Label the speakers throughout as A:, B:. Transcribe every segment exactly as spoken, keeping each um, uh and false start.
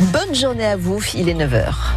A: Bonne journée à vous, il est neuf heures.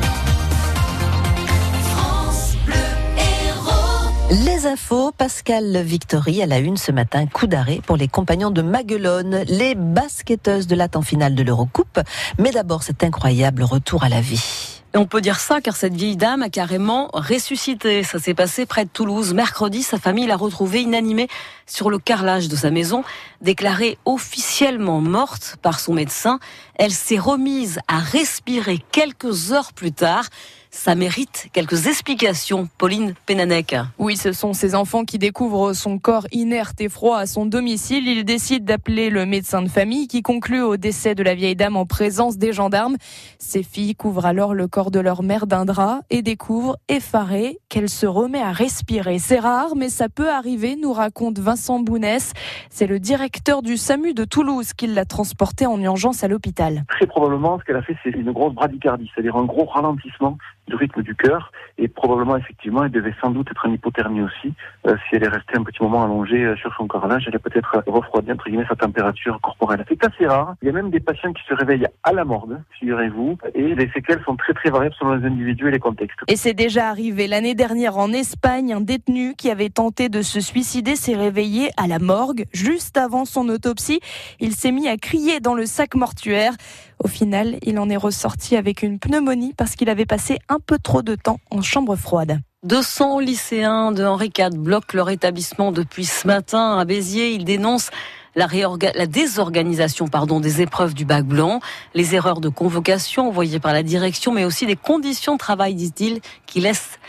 A: Les infos, Pascal Victory à la une ce matin, coup d'arrêt pour les compagnons de Maguelone, les basketteuses de la en finale de l'Eurocoupe. Mais d'abord, cet incroyable retour à la vie.
B: Et on peut dire ça car cette vieille dame a carrément ressuscité. Ça s'est passé près de Toulouse. Mercredi, sa famille l'a retrouvée inanimée sur le carrelage de sa maison. Déclarée officiellement morte par son médecin, elle s'est remise à respirer quelques heures plus tard. Ça mérite quelques explications, Pauline Pénanec.
C: Oui, ce sont ces enfants qui découvrent son corps inerte et froid à son domicile. Ils décident d'appeler le médecin de famille qui conclut au décès de la vieille dame en présence des gendarmes. Ces filles couvrent alors le corps de leur mère d'un drap et découvrent, effarées, qu'elle se remet à respirer. C'est rare, mais ça peut arriver, nous raconte Vincent Bounès. C'est le directeur du SAMU de Toulouse qui l'a transportée en urgence à l'hôpital.
D: Très probablement, ce qu'elle a fait, c'est une grosse bradycardie, c'est-à-dire un gros ralentissement du rythme du cœur, et probablement effectivement elle devait sans doute être en hypothermie aussi. Euh, si elle est restée un petit moment allongée euh, sur son carrelage, elle a peut-être refroidi entre guillemets sa température corporelle. C'est assez rare. Il y a même des patients qui se réveillent à la morgue, figurez-vous, et les séquelles sont très très variables selon les individus et les contextes.
C: Et c'est déjà arrivé l'année dernière en Espagne. Un détenu qui avait tenté de se suicider s'est réveillé à la morgue juste avant son autopsie. Il s'est mis à crier dans le sac mortuaire. Au final, il en est ressorti avec une pneumonie parce qu'il avait passé un peu trop de temps en chambre froide.
B: deux cents lycéens de Henri quatre bloquent leur établissement depuis ce matin à Béziers. Ils dénoncent la, réorga- la désorganisation pardon, des épreuves du bac blanc, les erreurs de convocation envoyées par la direction, mais aussi des conditions de travail, disent-ils, qui laissent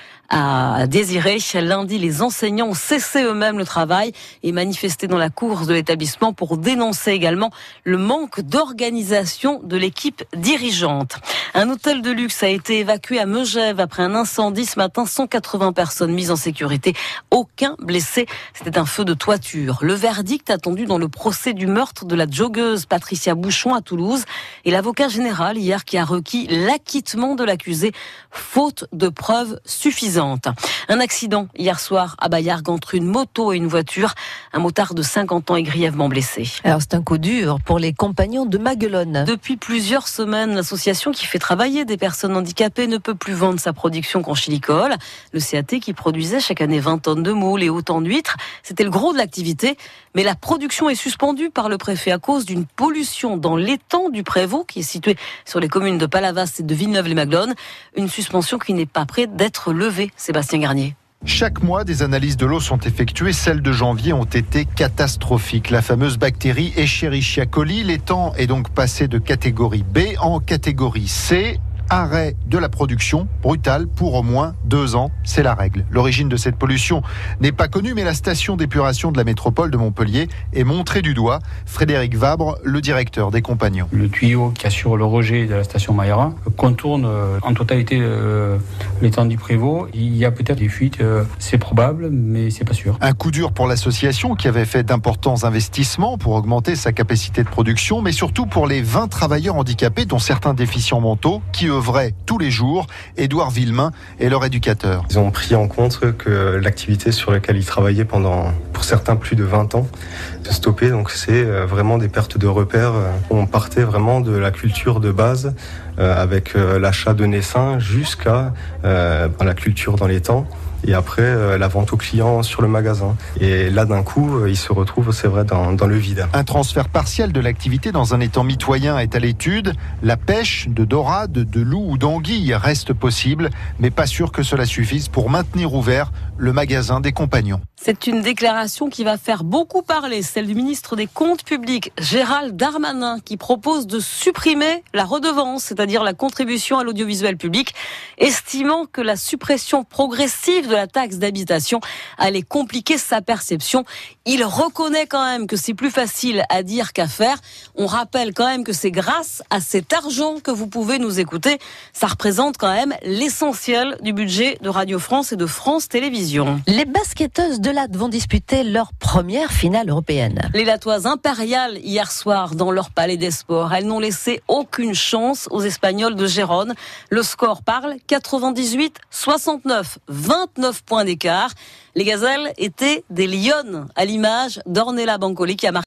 B: à désirer. Lundi, les enseignants ont cessé eux-mêmes le travail et manifesté dans la cour de l'établissement pour dénoncer également le manque d'organisation de l'équipe dirigeante. Un hôtel de luxe a été évacué à Megève après un incendie ce matin. cent quatre-vingts personnes mises en sécurité, aucun blessé. C'était un feu de toiture. Le verdict attendu dans le procès du meurtre de la joggeuse Patricia Bouchon à Toulouse et l'avocat général hier qui a requis l'acquittement de l'accusé faute de preuves suffisantes. Un accident hier soir à Baillargues entre une moto et une voiture. Un motard de cinquante ans est grièvement blessé.
A: Alors c'est un coup dur pour les compagnons de Maguelone.
B: Depuis plusieurs semaines, l'association qui fait travailler des personnes handicapées ne peut plus vendre sa production conchilicole. Le C A T qui produisait chaque année vingt tonnes de moules et autant d'huîtres, c'était le gros de l'activité. Mais la production est suspendue par le préfet à cause d'une pollution dans l'étang du Prévost qui est situé sur les communes de Palavas et de Villeneuve-les-Maglones. Une suspension qui n'est pas près d'être levée. Sébastien Garnier.
E: Chaque mois, des analyses de l'eau sont effectuées. Celles de janvier ont été catastrophiques. La fameuse bactérie Escherichia coli, l'étang est donc passé de catégorie B en catégorie C. Arrêt de la production brutal pour au moins deux ans, c'est la règle. L'origine de cette pollution n'est pas connue, mais la station d'épuration de la métropole de Montpellier est montrée du doigt. Frédéric Vabre, le directeur des Compagnons.
F: Le tuyau qui assure le rejet de la station Maillera contourne en totalité euh, l'étang du Prévost. Il y a peut-être des fuites, euh, c'est probable, mais c'est pas sûr.
E: Un coup dur pour l'association qui avait fait d'importants investissements pour augmenter sa capacité de production, mais surtout pour les vingt travailleurs handicapés, dont certains déficients mentaux, qui œuvraient tous les jours. Édouard Villemain est leur éducateur.
G: Ils ont pris en compte que l'activité sur laquelle ils travaillaient pendant, pour certains, plus de vingt ans, se stoppait. Donc c'est vraiment des pertes de repères. On partait vraiment de la culture de base, euh, avec l'achat de naissins jusqu'à euh, la culture dans les temps. Et après, euh, la vente aux clients sur le magasin. Et là, d'un coup, euh, ils se retrouvent, c'est vrai, dans, dans le vide.
E: Un transfert partiel de l'activité dans un étang mitoyen est à l'étude. La pêche de dorade, de loup ou d'anguille reste possible, mais pas sûr que cela suffise pour maintenir ouvert le magasin des Compagnons.
B: C'est une déclaration qui va faire beaucoup parler, celle du ministre des Comptes publics, Gérald Darmanin, qui propose de supprimer la redevance, c'est-à-dire la contribution à l'audiovisuel public, estimant que la suppression progressive de la taxe d'habitation allait compliquer sa perception. Il reconnaît quand même que c'est plus facile à dire qu'à faire. On rappelle quand même que c'est grâce à cet argent que vous pouvez nous écouter. Ça représente quand même l'essentiel du budget de Radio France et de France Télévisions.
A: Les basketteuses de Latte vont disputer leur première finale européenne.
B: Les Latoises impériales hier soir dans leur palais des sports. Elles n'ont laissé aucune chance aux Espagnols de Gérone. Le score parle, quatre-vingt-dix-huit soixante-neuf, vingt-neuf points d'écart. Les gazelles étaient des lionnes, à l'image d'Ornella Bancoli qui a marqué